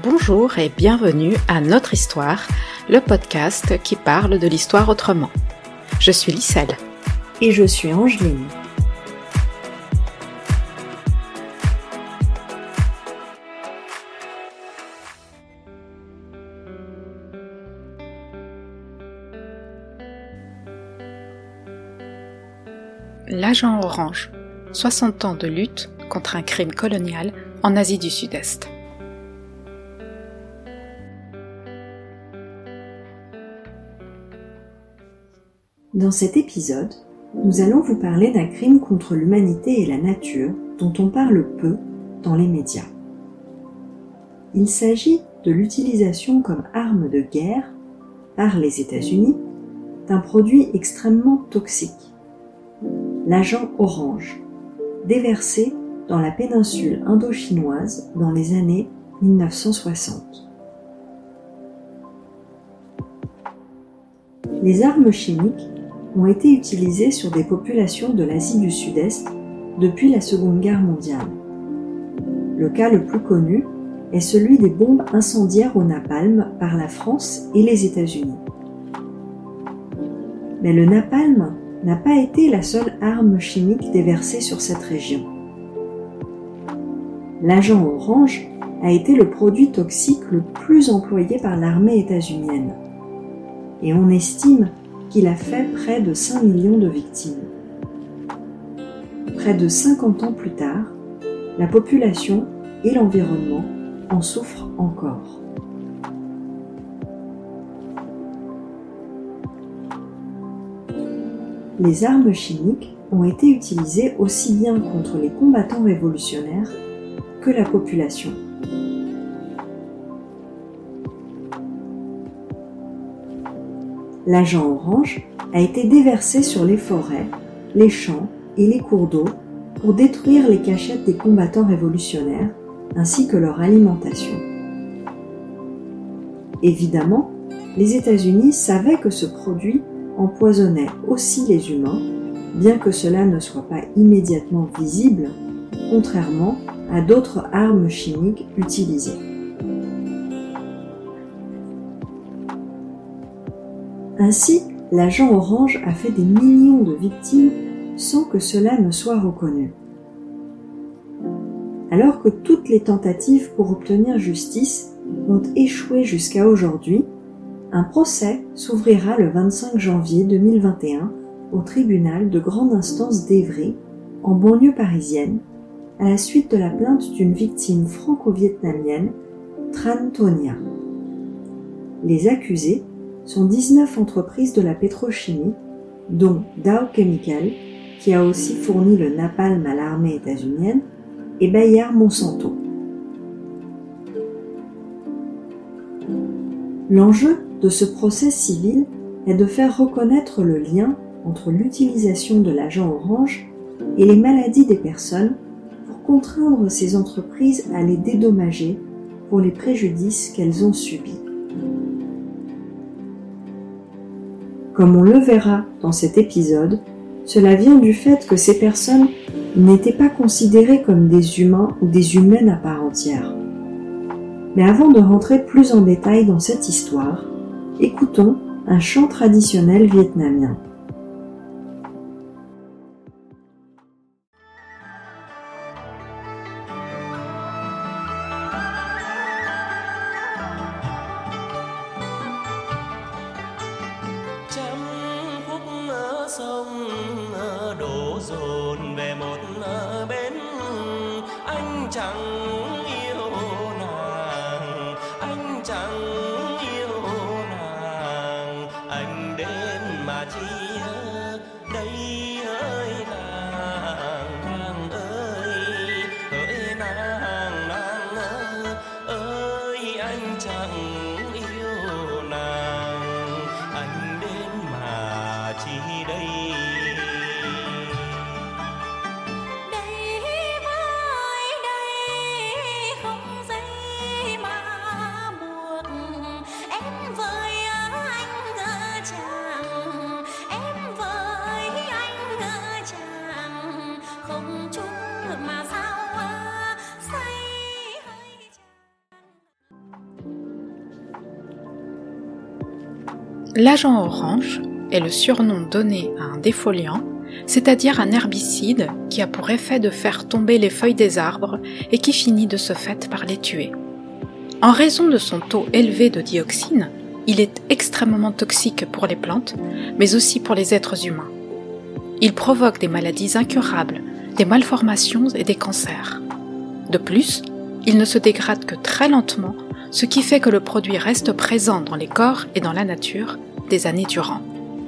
Bonjour et bienvenue à Notre Histoire, le podcast qui parle de l'histoire autrement. Je suis Lisselle. Et je suis Angeline. L'agent orange, 60 ans de lutte contre un crime colonial en Asie du Sud-Est. Dans cet épisode, nous allons vous parler d'un crime contre l'humanité et la nature dont on parle peu dans les médias. Il s'agit de l'utilisation comme arme de guerre par les États-Unis d'un produit extrêmement toxique, l'agent orange, déversé dans la péninsule indo-chinoise dans les années 1960. Les armes chimiques ont été utilisées sur des populations de l'Asie du Sud-Est depuis la Seconde Guerre mondiale. Le cas le plus connu est celui des bombes incendiaires au napalm par la France et les États-Unis. Mais le napalm n'a pas été la seule arme chimique déversée sur cette région. L'agent orange a été le produit toxique le plus employé par l'armée états-unienne, et on estime qu'il a fait près de 5 millions de victimes. Près de 50 ans plus tard, la population et l'environnement en souffrent encore. Les armes chimiques ont été utilisées aussi bien contre les combattants révolutionnaires que la population. L'agent orange a été déversé sur les forêts, les champs et les cours d'eau pour détruire les cachettes des combattants révolutionnaires ainsi que leur alimentation. Évidemment, les États-Unis savaient que ce produit empoisonnait aussi les humains, bien que cela ne soit pas immédiatement visible, contrairement à d'autres armes chimiques utilisées. Ainsi, l'agent orange a fait des millions de victimes sans que cela ne soit reconnu. Alors que toutes les tentatives pour obtenir justice ont échoué jusqu'à aujourd'hui, un procès s'ouvrira le 25 janvier 2021 au tribunal de grande instance d'Évry, en banlieue parisienne, à la suite de la plainte d'une victime franco-vietnamienne, Tran Tonia. Les accusés sont 19 entreprises de la pétrochimie, dont Dow Chemical, qui a aussi fourni le napalm à l'armée états-unienne, et Bayer Monsanto. L'enjeu de ce procès civil est de faire reconnaître le lien entre l'utilisation de l'agent orange et les maladies des personnes pour contraindre ces entreprises à les dédommager pour les préjudices qu'elles ont subis. Comme on le verra dans cet épisode, cela vient du fait que ces personnes n'étaient pas considérées comme des humains ou des humaines à part entière. Mais avant de rentrer plus en détail dans cette histoire, écoutons un chant traditionnel vietnamien. Sông đổ dồn về một bến, anh chẳng yêu nàng, anh chẳng yêu nàng, anh đến mà chi đây ơi nàng ơi, hỡi nàng ơi, anh chẳng yêu nàng, anh đến mà chi đây. L'agent orange est le surnom donné à un défoliant, c'est-à-dire un herbicide qui a pour effet de faire tomber les feuilles des arbres et qui finit de ce fait par les tuer. En raison de son taux élevé de dioxine, il est extrêmement toxique pour les plantes, mais aussi pour les êtres humains. Il provoque des maladies incurables, des malformations et des cancers. De plus, il ne se dégrade que très lentement, ce qui fait que le produit reste présent dans les corps et dans la nature des années durant.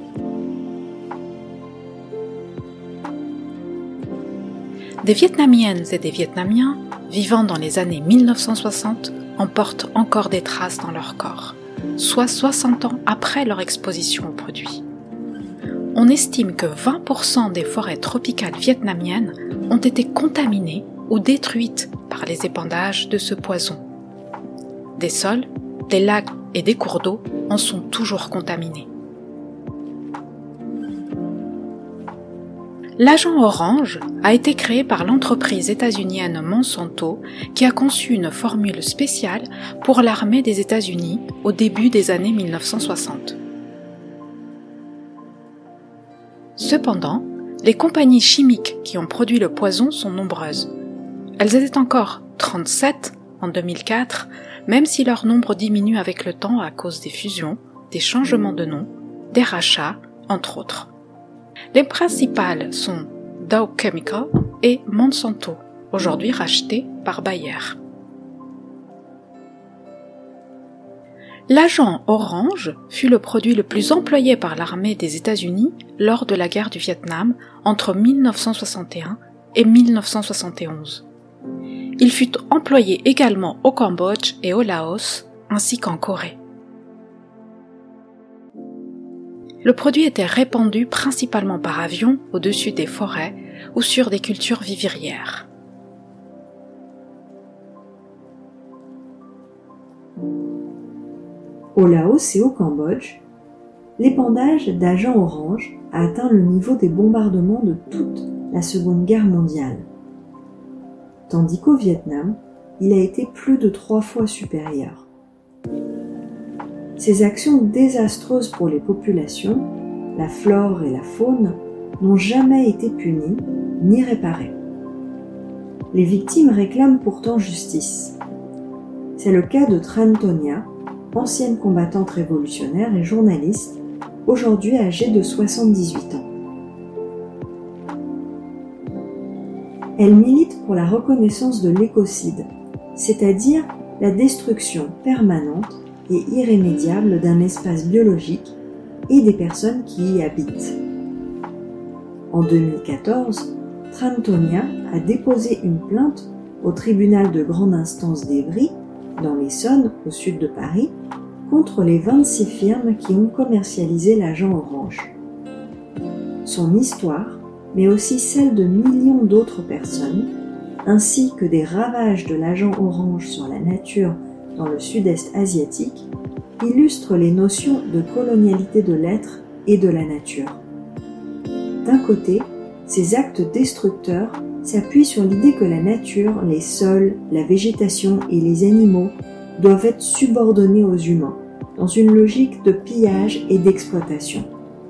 Des Vietnamiennes et des Vietnamiens vivant dans les années 1960 en portent encore des traces dans leur corps, soit 60 ans après leur exposition au produit. On estime que 20% des forêts tropicales vietnamiennes ont été contaminées ou détruites par les épandages de ce poison. Des sols, des lacs et des cours d'eau en sont toujours contaminés. L'agent orange a été créé par l'entreprise états-unienne Monsanto qui a conçu une formule spéciale pour l'armée des États-Unis au début des années 1960. Cependant, les compagnies chimiques qui ont produit le poison sont nombreuses. Elles étaient encore 37 en 2004, même si leur nombre diminue avec le temps à cause des fusions, des changements de nom, des rachats, entre autres. Les principales sont Dow Chemical et Monsanto, aujourd'hui rachetés par Bayer. L'agent orange fut le produit le plus employé par l'armée des États-Unis lors de la guerre du Vietnam entre 1961 et 1971. Il fut employé également au Cambodge et au Laos, ainsi qu'en Corée. Le produit était répandu principalement par avion au-dessus des forêts ou sur des cultures vivrières. Au Laos et au Cambodge, l'épandage d'agents orange a atteint le niveau des bombardements de toute la Seconde Guerre mondiale. Tandis qu'au Vietnam, il a été plus de 3 fois supérieur. Ces actions désastreuses pour les populations, la flore et la faune, n'ont jamais été punies ni réparées. Les victimes réclament pourtant justice. C'est le cas de Tran Tonia, ancienne combattante révolutionnaire et journaliste, aujourd'hui âgée de 78 ans. Elle milite pour la reconnaissance de l'écocide, c'est-à-dire la destruction permanente et irrémédiable d'un espace biologique et des personnes qui y habitent. En 2014, Tran Tonia a déposé une plainte au tribunal de grande instance d'Évry, dans l'Essonne, au sud de Paris, contre les 26 firmes qui ont commercialisé l'agent orange. Son histoire, mais aussi celle de millions d'autres personnes, ainsi que des ravages de l'agent orange sur la nature dans le sud-est asiatique, illustrent les notions de colonialité de l'être et de la nature. D'un côté, ces actes destructeurs s'appuient sur l'idée que la nature, les sols, la végétation et les animaux doivent être subordonnés aux humains, dans une logique de pillage et d'exploitation.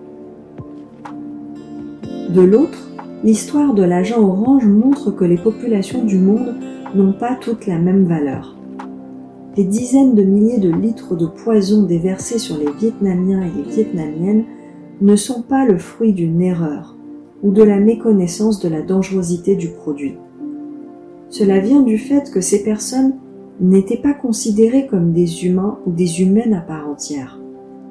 De l'autre, l'histoire de l'agent orange montre que les populations du monde n'ont pas toutes la même valeur. Les dizaines de milliers de litres de poison déversés sur les Vietnamiens et les Vietnamiennes ne sont pas le fruit d'une erreur ou de la méconnaissance de la dangerosité du produit. Cela vient du fait que ces personnes n'étaient pas considérées comme des humains ou des humaines à part entière.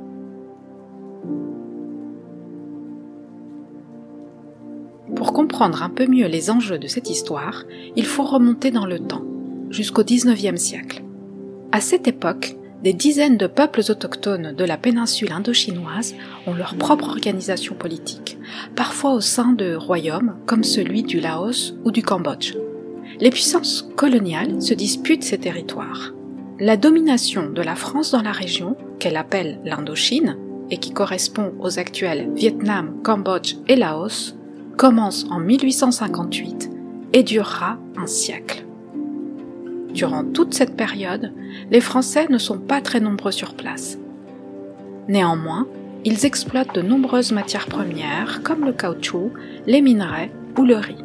Pour comprendre un peu mieux les enjeux de cette histoire, il faut remonter dans le temps, jusqu'au XIXe siècle. À cette époque, des dizaines de peuples autochtones de la péninsule indo-chinoise ont leur propre organisation politique, parfois au sein de royaumes comme celui du Laos ou du Cambodge. Les puissances coloniales se disputent ces territoires. La domination de la France dans la région, qu'elle appelle l'Indochine, et qui correspond aux actuels Vietnam, Cambodge et Laos, commence en 1858 et durera un siècle. Durant toute cette période, les Français ne sont pas très nombreux sur place. Néanmoins, ils exploitent de nombreuses matières premières comme le caoutchouc, les minerais ou le riz.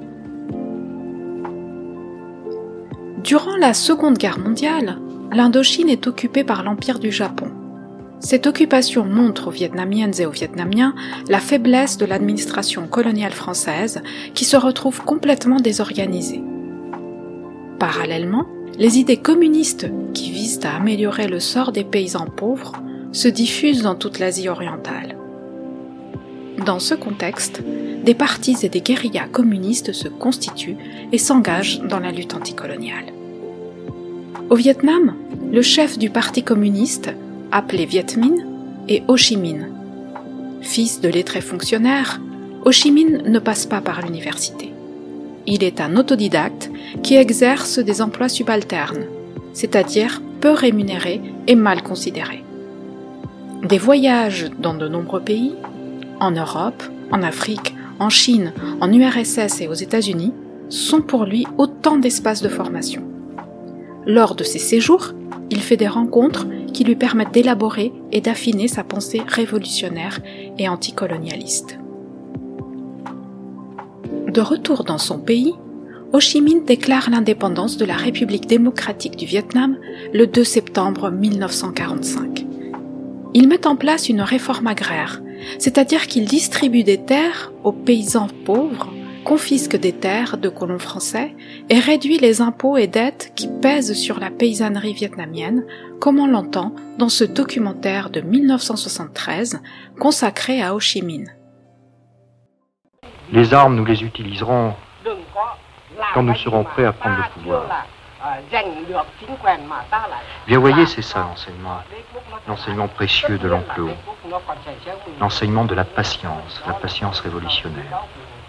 Durant la Seconde Guerre mondiale, l'Indochine est occupée par l'Empire du Japon. Cette occupation montre aux Vietnamiennes et aux Vietnamiens la faiblesse de l'administration coloniale française qui se retrouve complètement désorganisée. Parallèlement, les idées communistes qui visent à améliorer le sort des paysans pauvres se diffusent dans toute l'Asie orientale. Dans ce contexte, des partis et des guérillas communistes se constituent et s'engagent dans la lutte anticoloniale. Au Vietnam, le chef du parti communiste, appelé Viet Minh, est Ho Chi Minh. Fils de lettrés fonctionnaires, Ho Chi Minh ne passe pas par l'université. Il est un autodidacte qui exerce des emplois subalternes, c'est-à-dire peu rémunérés et mal considérés. Des voyages dans de nombreux pays, en Europe, en Afrique, en Chine, en URSS et aux États-Unis, sont pour lui autant d'espaces de formation. Lors de ces séjours, il fait des rencontres qui lui permettent d'élaborer et d'affiner sa pensée révolutionnaire et anticolonialiste. De retour dans son pays, Ho Chi Minh déclare l'indépendance de la République démocratique du Vietnam le 2 septembre 1945. Il met en place une réforme agraire, c'est-à-dire qu'il distribue des terres aux paysans pauvres, confisque des terres de colons français et réduit les impôts et dettes qui pèsent sur la paysannerie vietnamienne, comme on l'entend dans ce documentaire de 1973 consacré à Ho Chi Minh. Les armes, nous les utiliserons quand nous serons prêts à prendre le pouvoir. Bien voyez, c'est ça l'enseignement précieux de l'oncle Ho, l'enseignement de la patience révolutionnaire.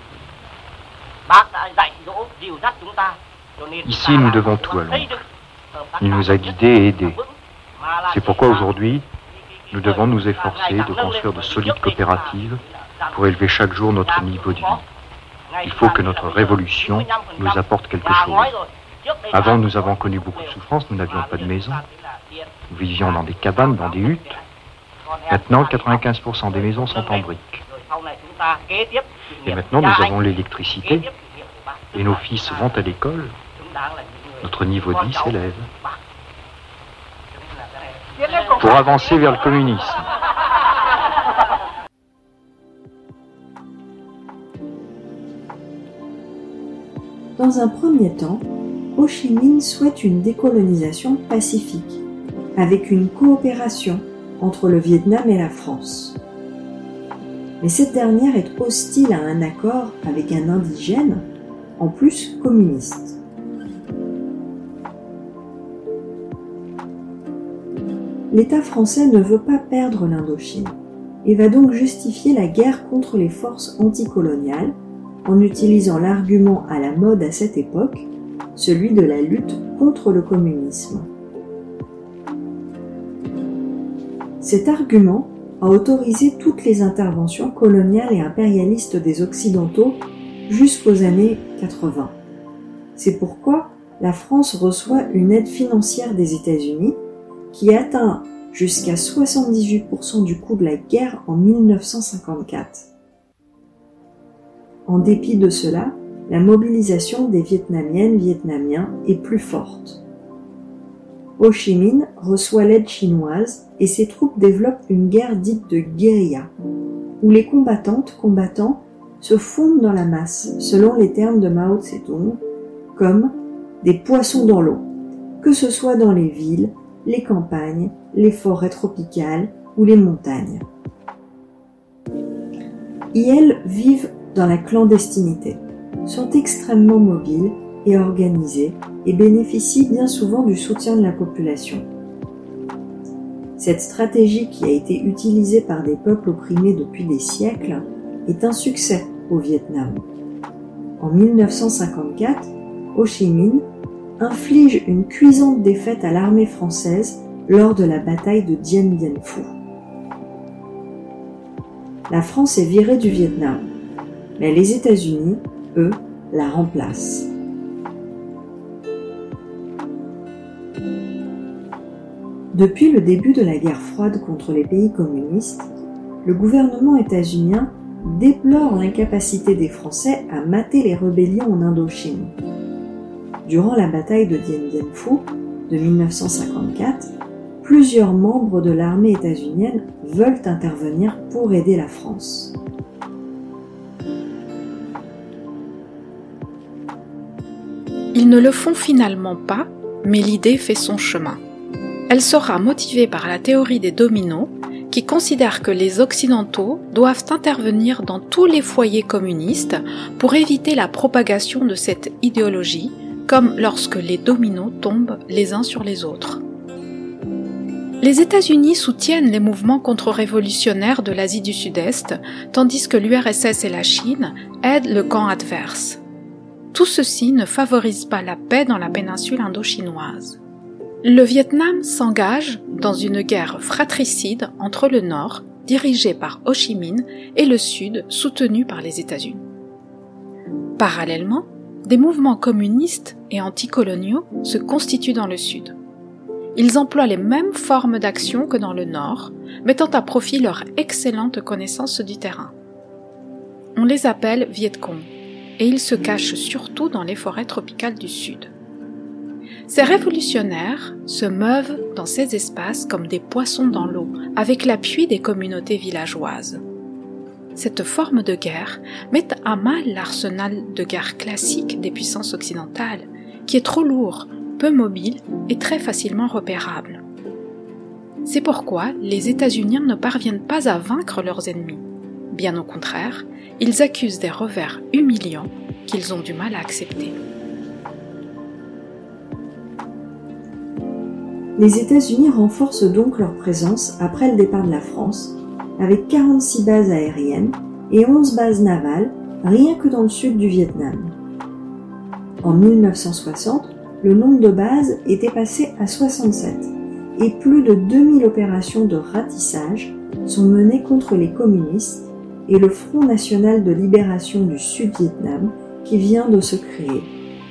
Ici, nous devons tout à l'oncle. Il nous a guidés et aidés. C'est pourquoi aujourd'hui, nous devons nous efforcer de construire de solides coopératives pour élever chaque jour notre niveau de vie. Il faut que notre révolution nous apporte quelque chose. Avant, nous avons connu beaucoup de souffrances, nous n'avions pas de maison. Nous vivions dans des cabanes, dans des huttes. Maintenant, 95% des maisons sont en briques. Et maintenant, nous avons l'électricité. Et nos fils vont à l'école. Notre niveau de vie s'élève. Pour avancer vers le communisme. Dans un premier temps, Ho Chi Minh souhaite une décolonisation pacifique, avec une coopération entre le Vietnam et la France. Mais cette dernière est hostile à un accord avec un indigène, en plus communiste. L'État français ne veut pas perdre l'Indochine et va donc justifier la guerre contre les forces anticoloniales en utilisant l'argument à la mode à cette époque, celui de la lutte contre le communisme. Cet argument a autorisé toutes les interventions coloniales et impérialistes des Occidentaux jusqu'aux années 80. C'est pourquoi la France reçoit une aide financière des États-Unis qui atteint jusqu'à 78% du coût de la guerre en 1954. En dépit de cela, la mobilisation des Vietnamiennes, Vietnamiens est plus forte. Ho Chi Minh reçoit l'aide chinoise et ses troupes développent une guerre dite de guérilla, où les combattants se fondent dans la masse, selon les termes de Mao Tse-tung, comme des poissons dans l'eau, que ce soit dans les villes, les campagnes, les forêts tropicales ou les montagnes. Ils vivent dans la clandestinité, sont extrêmement mobiles et organisés et bénéficient bien souvent du soutien de la population. Cette stratégie qui a été utilisée par des peuples opprimés depuis des siècles est un succès au Vietnam. En 1954, Ho Chi Minh inflige une cuisante défaite à l'armée française lors de la bataille de Dien Bien Phu. La France est virée du Vietnam, mais les États-Unis, eux, la remplacent. Depuis le début de la guerre froide contre les pays communistes, le gouvernement états-unien déplore l'incapacité des Français à mater les rébellions en Indochine. Durant la bataille de Dien Bien Phu de 1954, plusieurs membres de l'armée états-unienne veulent intervenir pour aider la France. Ils ne le font finalement pas, mais l'idée fait son chemin. Elle sera motivée par la théorie des dominos, qui considère que les Occidentaux doivent intervenir dans tous les foyers communistes pour éviter la propagation de cette idéologie, comme lorsque les dominos tombent les uns sur les autres. Les États-Unis soutiennent les mouvements contre-révolutionnaires de l'Asie du Sud-Est, tandis que l'URSS et la Chine aident le camp adverse. Tout ceci ne favorise pas la paix dans la péninsule indo-chinoise. Le Vietnam s'engage dans une guerre fratricide entre le Nord, dirigé par Ho Chi Minh, et le Sud, soutenu par les États-Unis. Parallèlement, des mouvements communistes et anticoloniaux se constituent dans le Sud. Ils emploient les mêmes formes d'action que dans le Nord, mettant à profit leur excellente connaissance du terrain. On les appelle Viet Cong, et ils se cachent surtout dans les forêts tropicales du Sud. Ces révolutionnaires se meuvent dans ces espaces comme des poissons dans l'eau, avec l'appui des communautés villageoises. Cette forme de guerre met à mal l'arsenal de guerre classique des puissances occidentales, qui est trop lourd, peu mobile et très facilement repérable. C'est pourquoi les États-Unis ne parviennent pas à vaincre leurs ennemis. Bien au contraire, ils accusent des revers humiliants qu'ils ont du mal à accepter. Les États-Unis renforcent donc leur présence après le départ de la France, avec 46 bases aériennes et 11 bases navales, rien que dans le sud du Vietnam. En 1960, le nombre de bases était passé à 67, et plus de 2000 opérations de ratissage sont menées contre les communistes et le Front National de Libération du Sud-Vietnam qui vient de se créer.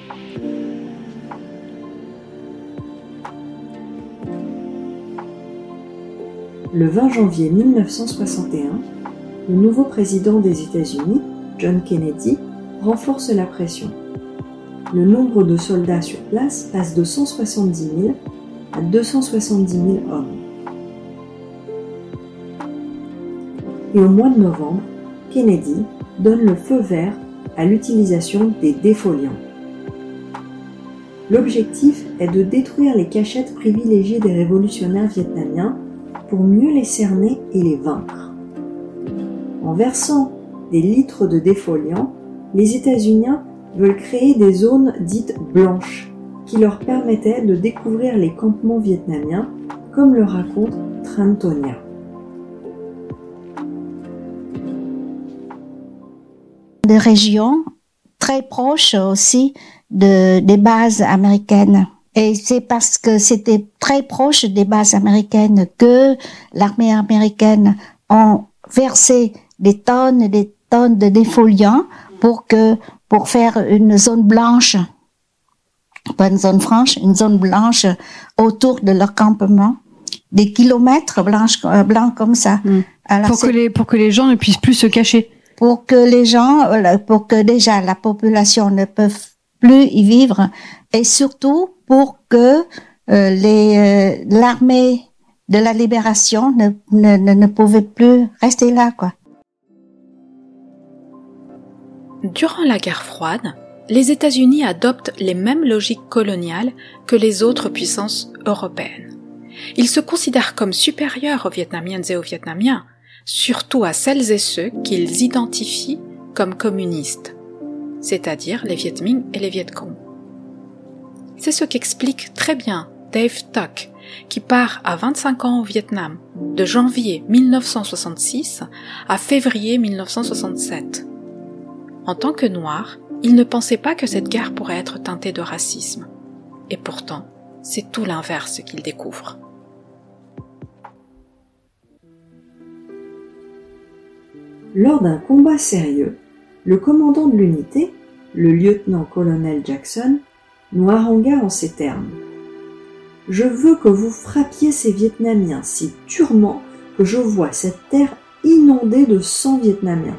Le 20 janvier 1961, le nouveau président des États-Unis, John Kennedy, renforce la pression. Le nombre de soldats sur place passe de 170 000 à 270 000 hommes. Et au mois de novembre, Kennedy donne le feu vert à l'utilisation des défoliants. L'objectif est de détruire les cachettes privilégiées des révolutionnaires vietnamiens pour mieux les cerner et les vaincre. En versant des litres de défoliants, les États-Unis veulent créer des zones dites blanches qui leur permettaient de découvrir les campements vietnamiens, comme le raconte Tran Ton Nha. Des régions très proches aussi des bases américaines. Et c'est parce que c'était très proche des bases américaines que l'armée américaine a versé des tonnes de défoliants pour faire une zone blanche, pas une zone franche, une zone blanche autour de leur campement, des kilomètres blancs comme ça. Alors pour que les gens ne puissent plus se cacher. Pour que déjà la population ne peut plus y vivre, et surtout pour que l'armée de la libération ne pouvait plus rester là, quoi. Durant la guerre froide, les États-Unis adoptent les mêmes logiques coloniales que les autres puissances européennes. Ils se considèrent comme supérieurs aux Vietnamiennes et aux Vietnamiens, surtout à celles et ceux qu'ils identifient comme communistes, c'est-à-dire les Viet Minh et les Viet Cong. C'est ce qu'explique très bien Dave Tuck, qui part à 25 ans au Vietnam, de janvier 1966 à février 1967. En tant que noir, il ne pensait pas que cette guerre pourrait être teintée de racisme. Et pourtant, c'est tout l'inverse qu'il découvre. Lors d'un combat sérieux, le commandant de l'unité, le lieutenant-colonel Jackson, nous harangua en ces termes. « Je veux que vous frappiez ces Vietnamiens si durement que je vois cette terre inondé de sang vietnamien.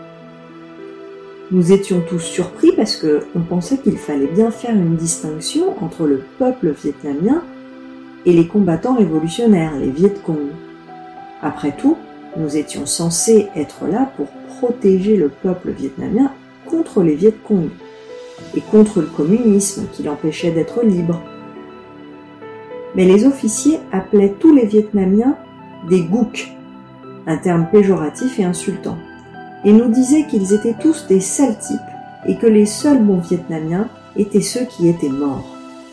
Nous étions tous surpris parce qu'on pensait qu'il fallait bien faire une distinction entre le peuple vietnamien et les combattants révolutionnaires, les Viet Cong. Après tout, nous étions censés être là pour protéger le peuple vietnamien contre les Viet Cong et contre le communisme qui l'empêchait d'être libre. Mais les officiers appelaient tous les Vietnamiens des Gouc, un terme péjoratif et insultant, et nous disaient qu'ils étaient tous des sales types et que les seuls bons Vietnamiens étaient ceux qui étaient morts.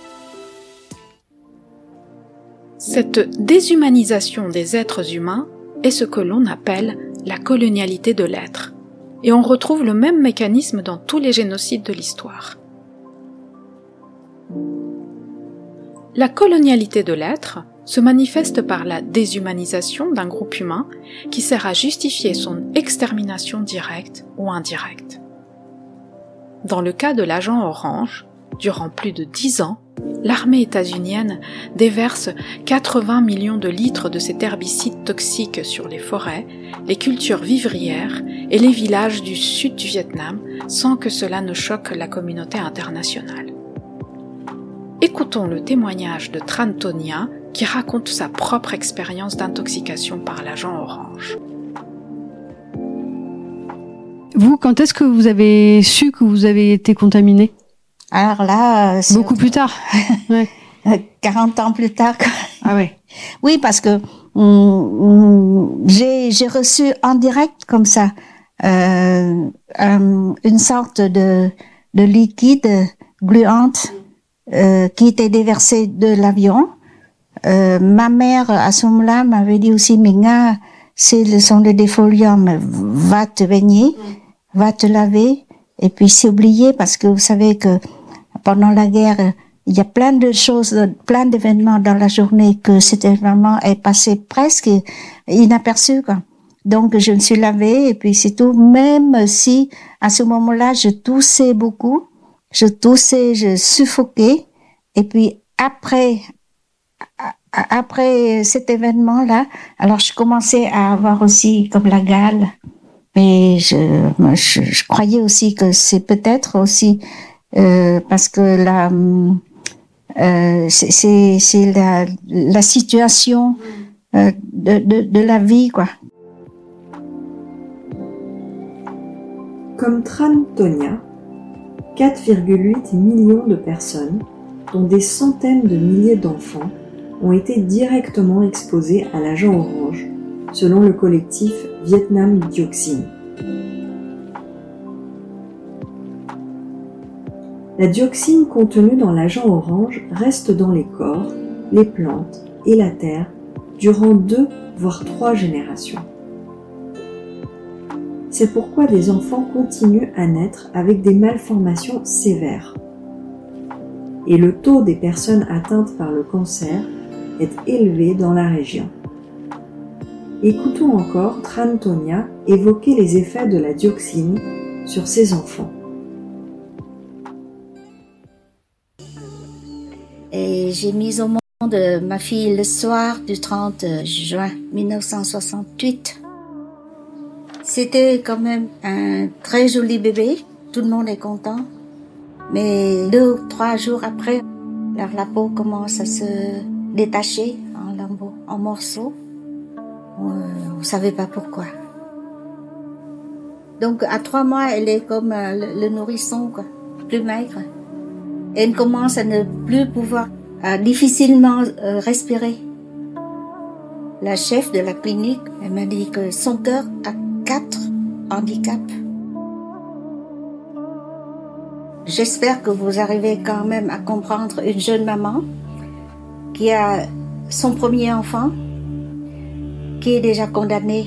Cette déshumanisation des êtres humains est ce que l'on appelle la colonialité de l'être, et on retrouve le même mécanisme dans tous les génocides de l'histoire. La colonialité de l'être se manifeste par la déshumanisation d'un groupe humain qui sert à justifier son extermination directe ou indirecte. Dans le cas de l'agent orange, durant plus de 10 ans, l'armée états-unienne déverse 80 millions de litres de cet herbicide toxique sur les forêts, les cultures vivrières et les villages du sud du Vietnam sans que cela ne choque la communauté internationale. Écoutons le témoignage de Tran Tonia qui raconte sa propre expérience d'intoxication par l'agent orange. Vous, quand est-ce que vous avez su que vous avez été contaminé ? Alors là, c'est Beaucoup plus tard. Ouais. 40 ans plus tard. Ah ouais. Oui, parce que j'ai reçu en direct comme ça une sorte de liquide gluante qui était déversé de l'avion. Ma mère à ce moment-là m'avait dit aussi, Minga, c'est le son de défolium, va te baigner, va te laver, et puis c'est oublié parce que vous savez que pendant la guerre, il y a plein de choses, plein d'événements dans la journée que cet événement est passé presque inaperçu, quoi. Donc, je me suis lavée et puis c'est tout, même si à ce moment-là, je toussais beaucoup, je suffoquais, et puis après cet événement-là, alors je commençais à avoir aussi comme la gale, mais je croyais aussi que c'est peut-être aussi parce que c'est la situation de la vie, quoi. Comme Tran Tonia, 4,8 millions de personnes, dont des centaines de milliers d'enfants, ont été directement exposés à l'agent orange, selon le collectif Vietnam Dioxine. La dioxine contenue dans l'agent orange reste dans les corps, les plantes et la terre durant 2 voire 3 générations. C'est pourquoi des enfants continuent à naître avec des malformations sévères. Et le taux des personnes atteintes par le cancer est élevé dans la région. Écoutons encore Tran Tonia évoquer les effets de la dioxine sur ses enfants. Et j'ai mis au monde ma fille le soir du 30 juin 1968. C'était quand même un très joli bébé, tout le monde est content. Mais 2 ou 3 jours après, la peau commence à se détacher en lambeaux, en morceaux. On ne savait pas pourquoi. Donc à 3 mois, elle est comme le nourrisson, quoi, plus maigre. Et elle commence à ne plus pouvoir difficilement respirer. La chef de la clinique, elle m'a dit que son cœur a 4 handicaps. J'espère que vous arrivez quand même à comprendre une jeune maman qui a son premier enfant, qui est déjà condamné.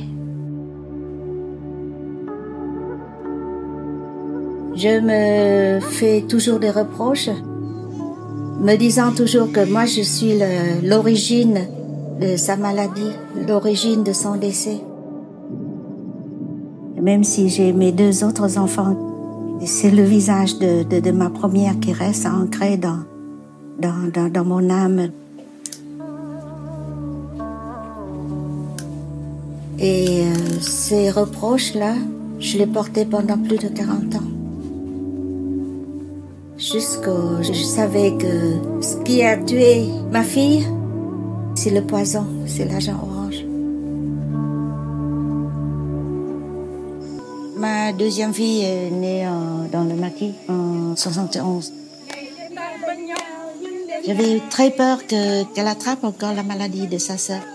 Je me fais toujours des reproches, me disant toujours que moi je suis l'origine de sa maladie, l'origine de son décès. Même si j'ai mes 2 autres enfants, c'est le visage de ma première qui reste ancré dans mon âme. Et ces reproches-là, je les portais pendant plus de 40 ans. Jusqu'au... Je savais que ce qui a tué ma fille, c'est le poison, c'est l'agent orange. Ma deuxième fille est née dans le Maquis en 71. J'avais eu très peur qu'elle attrape encore la maladie de sa sœur.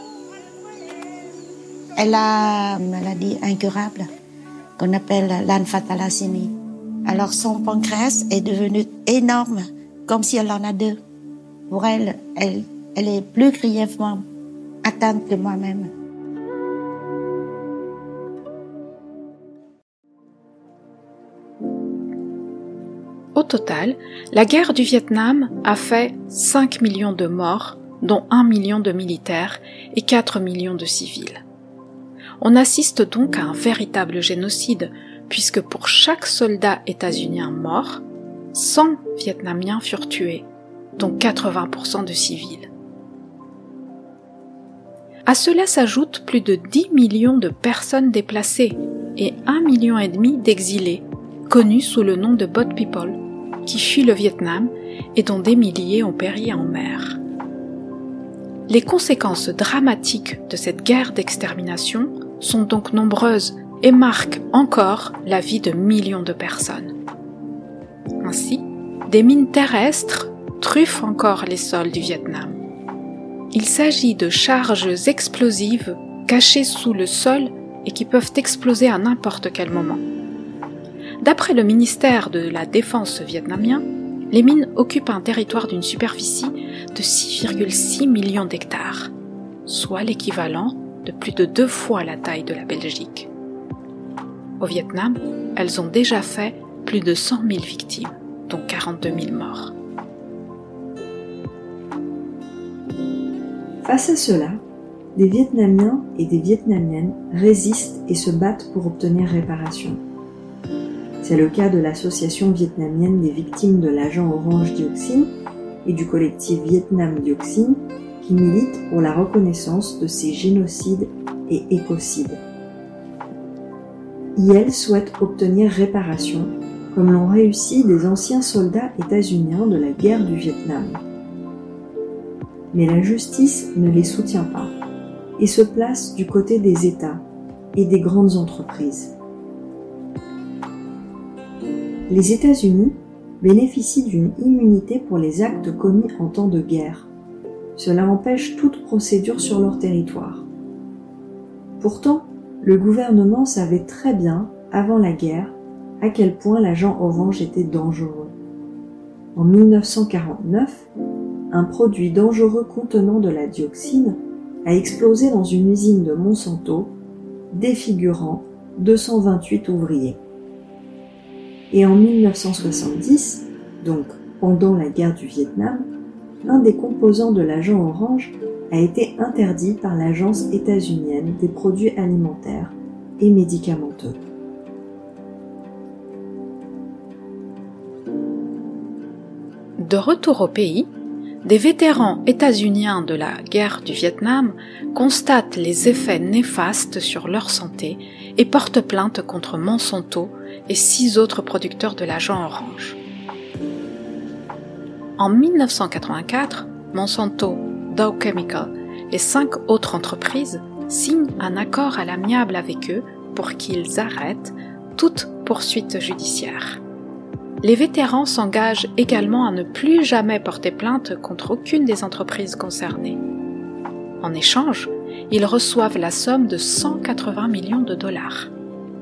Elle a une maladie incurable qu'on appelle l'anphthalacémie. Alors son pancréas est devenu énorme, comme si elle en a deux. Pour elle, elle est plus grièvement atteinte que moi-même. Au total, la guerre du Vietnam a fait 5 millions de morts, dont 1 million de militaires et 4 millions de civils. On assiste donc à un véritable génocide, puisque pour chaque soldat états-unien mort, 100 Vietnamiens furent tués, dont 80% de civils. À cela s'ajoutent plus de 10 millions de personnes déplacées et 1,5 million d'exilés, connus sous le nom de Boat People, qui fuient le Vietnam et dont des milliers ont péri en mer. Les conséquences dramatiques de cette guerre d'extermination sont donc nombreuses et marquent encore la vie de millions de personnes. Ainsi, des mines terrestres truffent encore les sols du Vietnam. Il s'agit de charges explosives cachées sous le sol et qui peuvent exploser à n'importe quel moment. D'après le ministère de la Défense vietnamien, les mines occupent un territoire d'une superficie de 6,6 millions d'hectares, soit l'équivalent de plus de 2 fois la taille de la Belgique. Au Vietnam, elles ont déjà fait plus de 100 000 victimes, dont 42 000 morts. Face à cela, des Vietnamiens et des Vietnamiennes résistent et se battent pour obtenir réparation. C'est le cas de l'Association vietnamienne des victimes de l'agent orange dioxine et du collectif Vietnam Dioxine qui militent pour la reconnaissance de ces génocides et écocides. IEL souhaite obtenir réparation, comme l'ont réussi des anciens soldats états-uniens de la guerre du Vietnam. Mais la justice ne les soutient pas et se place du côté des États et des grandes entreprises. Les États-Unis bénéficient d'une immunité pour les actes commis en temps de guerre. Cela empêche toute procédure sur leur territoire. Pourtant, le gouvernement savait très bien, avant la guerre, à quel point l'agent orange était dangereux. En 1949, un produit dangereux contenant de la dioxine a explosé dans une usine de Monsanto, défigurant 228 ouvriers. Et en 1970, donc pendant la guerre du Vietnam, un des composants de l'agent orange a été interdit par l'Agence états-unienne des produits alimentaires et médicamenteux. De retour au pays, des vétérans états-uniens de la guerre du Vietnam constatent les effets néfastes sur leur santé et portent plainte contre Monsanto et 6 autres producteurs de l'agent orange. En 1984, Monsanto, Dow Chemical et 5 autres entreprises signent un accord à l'amiable avec eux pour qu'ils arrêtent toute poursuite judiciaire. Les vétérans s'engagent également à ne plus jamais porter plainte contre aucune des entreprises concernées. En échange, ils reçoivent la somme de 180 millions de dollars.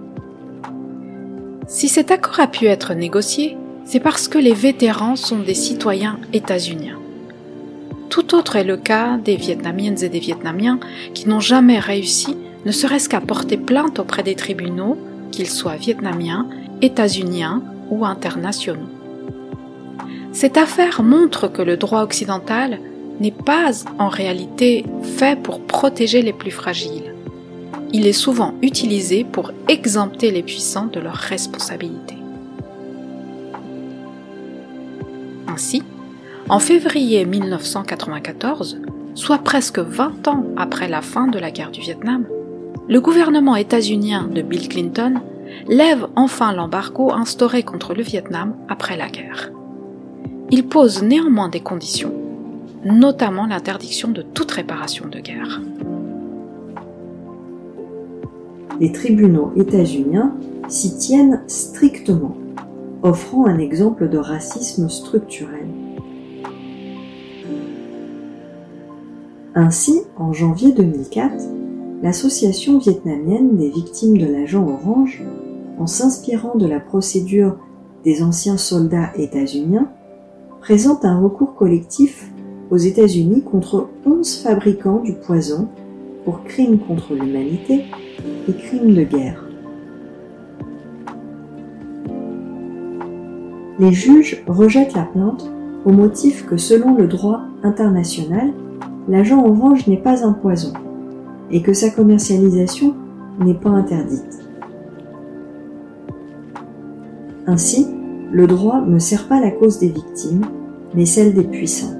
Si cet accord a pu être négocié, c'est parce que les vétérans sont des citoyens états-uniens. Tout autre est le cas des Vietnamiennes et des Vietnamiens qui n'ont jamais réussi, ne serait-ce qu'à porter plainte auprès des tribunaux, qu'ils soient vietnamiens, états-uniens ou internationaux. Cette affaire montre que le droit occidental n'est pas en réalité fait pour protéger les plus fragiles. Il est souvent utilisé pour exempter les puissants de leurs responsabilités. Ainsi, en février 1994, soit presque 20 ans après la fin de la guerre du Vietnam, le gouvernement états-unien de Bill Clinton lève enfin l'embargo instauré contre le Vietnam après la guerre. Il pose néanmoins des conditions, notamment l'interdiction de toute réparation de guerre. Les tribunaux états-uniens s'y tiennent strictement, offrant un exemple de racisme structurel. Ainsi, en janvier 2004, l'Association vietnamienne des victimes de l'agent orange, en s'inspirant de la procédure des anciens soldats états-uniens, présente un recours collectif aux États-Unis contre 11 fabricants du poison pour crimes contre l'humanité et crimes de guerre. Les juges rejettent la plainte au motif que selon le droit international, l'agent orange n'est pas un poison et que sa commercialisation n'est pas interdite. Ainsi, le droit ne sert pas la cause des victimes, mais celle des puissants.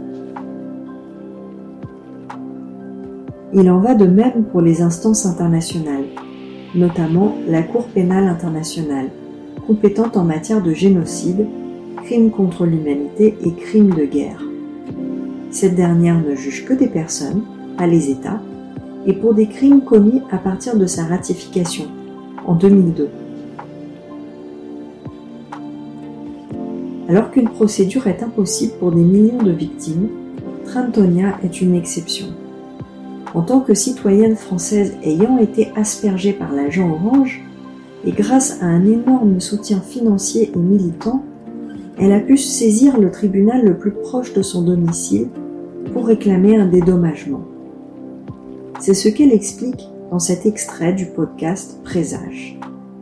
Il en va de même pour les instances internationales, notamment la Cour pénale internationale, compétente en matière de génocide, crimes contre l'humanité et crimes de guerre. Cette dernière ne juge que des personnes, pas les États, et pour des crimes commis à partir de sa ratification, en 2002. Alors qu'une procédure est impossible pour des millions de victimes, Trentonia est une exception. En tant que citoyenne française ayant été aspergée par l'agent orange, et grâce à un énorme soutien financier et militant, elle a pu saisir le tribunal le plus proche de son domicile pour réclamer un dédommagement. C'est ce qu'elle explique dans cet extrait du podcast Présage.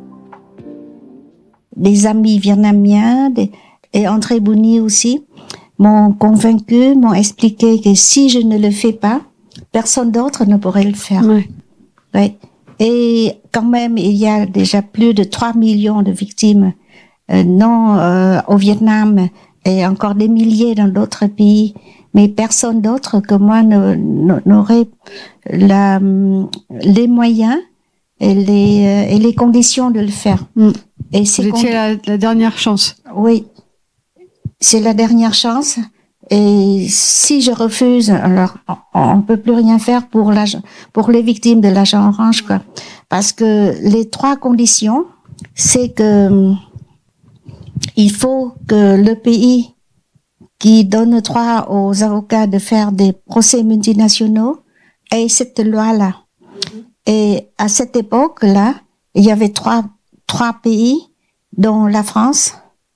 Des amis vietnamiens et André Bouni aussi m'ont convaincu, m'ont expliqué que si je ne le fais pas, personne d'autre ne pourrait le faire. Ouais. Ouais. Et quand même, il y a déjà plus de 3 millions de victimes au Vietnam et encore des milliers dans d'autres pays, mais personne d'autre que moi n'aurait les moyens et les conditions de le faire. Et vous étiez la dernière chance. Oui, c'est la dernière chance. Et si je refuse, alors on peut plus rien faire pour les victimes de l'agent orange, quoi. Parce que les 3 conditions, c'est que il faut que le pays qui donne droit aux avocats de faire des procès multinationaux ait cette loi-là. Et à cette époque-là, il y avait trois pays, dont la France,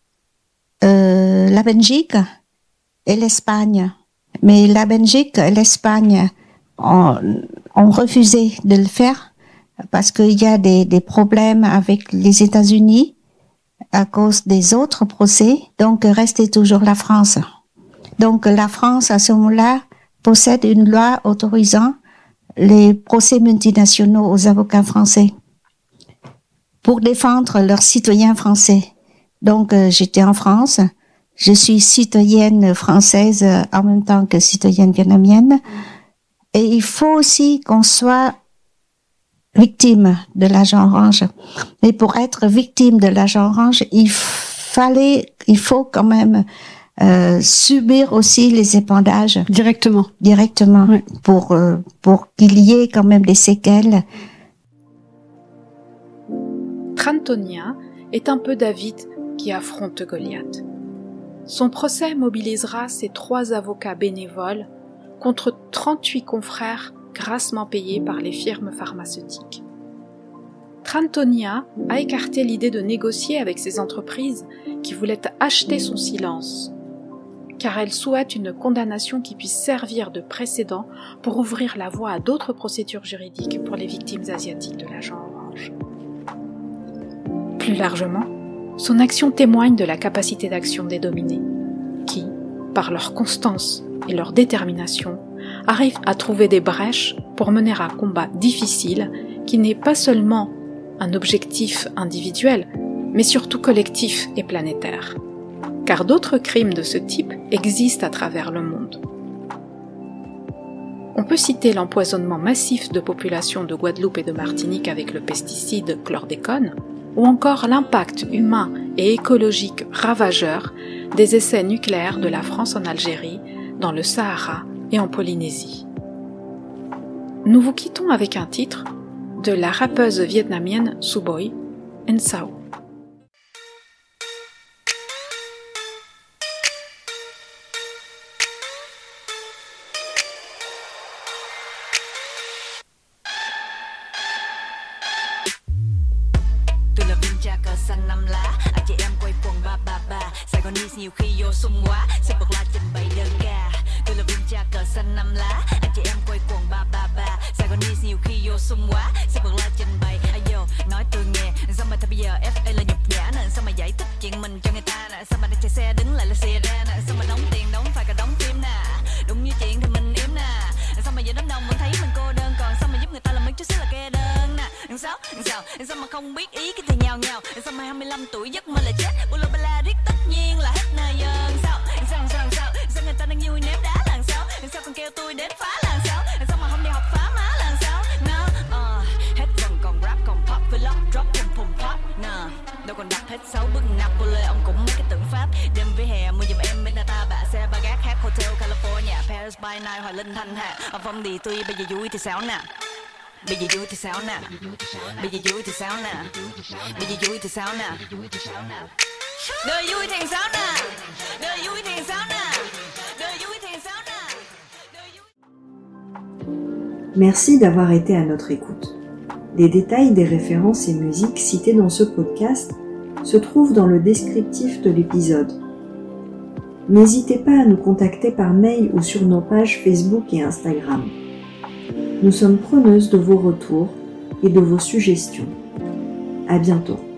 la Belgique et l'Espagne. Mais la Belgique et l'Espagne ont refusé de le faire parce qu'il y a des problèmes avec les États-Unis à cause des autres procès. Donc, restait toujours la France. Donc, la France, à ce moment-là, possède une loi autorisant les procès multinationaux aux avocats français pour défendre leurs citoyens français. Donc, j'étais en France. Je suis citoyenne française en même temps que citoyenne vietnamienne. Et il faut aussi qu'on soit victime de l'agent orange. Mais pour être victime de l'agent orange, il faut quand même subir aussi les épandages. Directement. Ouais. Pour qu'il y ait quand même des séquelles. Trentonia est un peu David qui affronte Goliath. Son procès mobilisera ses 3 avocats bénévoles contre 38 confrères grassement payés par les firmes pharmaceutiques. Trentonia a écarté l'idée de négocier avec ces entreprises qui voulaient acheter son silence, car elle souhaite une condamnation qui puisse servir de précédent pour ouvrir la voie à d'autres procédures juridiques pour les victimes asiatiques de l'agent orange. Plus largement, son action témoigne de la capacité d'action des dominés, qui, par leur constance et leur détermination, arrivent à trouver des brèches pour mener un combat difficile qui n'est pas seulement un objectif individuel, mais surtout collectif et planétaire. Car d'autres crimes de ce type existent à travers le monde. On peut citer l'empoisonnement massif de populations de Guadeloupe et de Martinique avec le pesticide chlordécone, ou encore l'impact humain et écologique ravageur des essais nucléaires de la France en Algérie, dans le Sahara et en Polynésie. Nous vous quittons avec un titre de la rappeuse vietnamienne Suboi, Ensao. Xanh năm lá, anh chị em quay quần ba ba ba. Sài Gòn News nhiều khi vô sung quá, sẽ bật la trình bày đơn ca. Tôi là viên cha cờ xanh năm lá, anh chị em quay quần ba ba ba. Sài Gòn News nhiều khi vô sung quá, sẽ bật la trình bày. Ayo, nói tôi nghe, sao mà bây giờ FA là nhục nhã nè, sao mà giải thích chuyện mình cho người ta nè, sao mà chạy xe đứng lại là xe ra nè, sao mà đóng tiền đóng phải cả đóng phim nè, đúng như chuyện thì mình im nè, sao mà giờ đám đông vẫn thấy mình cô đơn, còn sao mà giúp người ta làm mấy chút xíu là kê đơn nè. Sao mà không biết ý cái thì nhào nhào, sao mà 25 tuổi giấc mơ là chết, bula bala riết tất nhiên là hết nơi dân. Sao người ta đang vui ném đá làm sao còn kêu tôi đến phá làm sao mà không đi học phá má làm sao hết phần còn rap còn pop với lock drop pum pum pop đâu còn đập hết 6 bước Napoli ông cũng mấy cái tượng Pháp. Đêm với hè mua giùm em bên ta bạ xe ba gác hát hotel California Paris by night Hoài Linh Thanh Hà ở phong đi tuy bây giờ vui thì sao nè. Bây giờ vui thì sao nè. Bây giờ vui thì sao nè. Bây giờ vui thì sao nè. Đời vui thì sao nè. Đời vui thì sao nè. Đời vui thì sao nè. Merci d'avoir été à notre écoute. Les détails des références et musiques citées dans ce podcast se trouvent dans le descriptif de l'épisode. N'hésitez pas à nous contacter par mail ou sur nos pages Facebook et Instagram. Nous sommes preneuses de vos retours et de vos suggestions. À bientôt.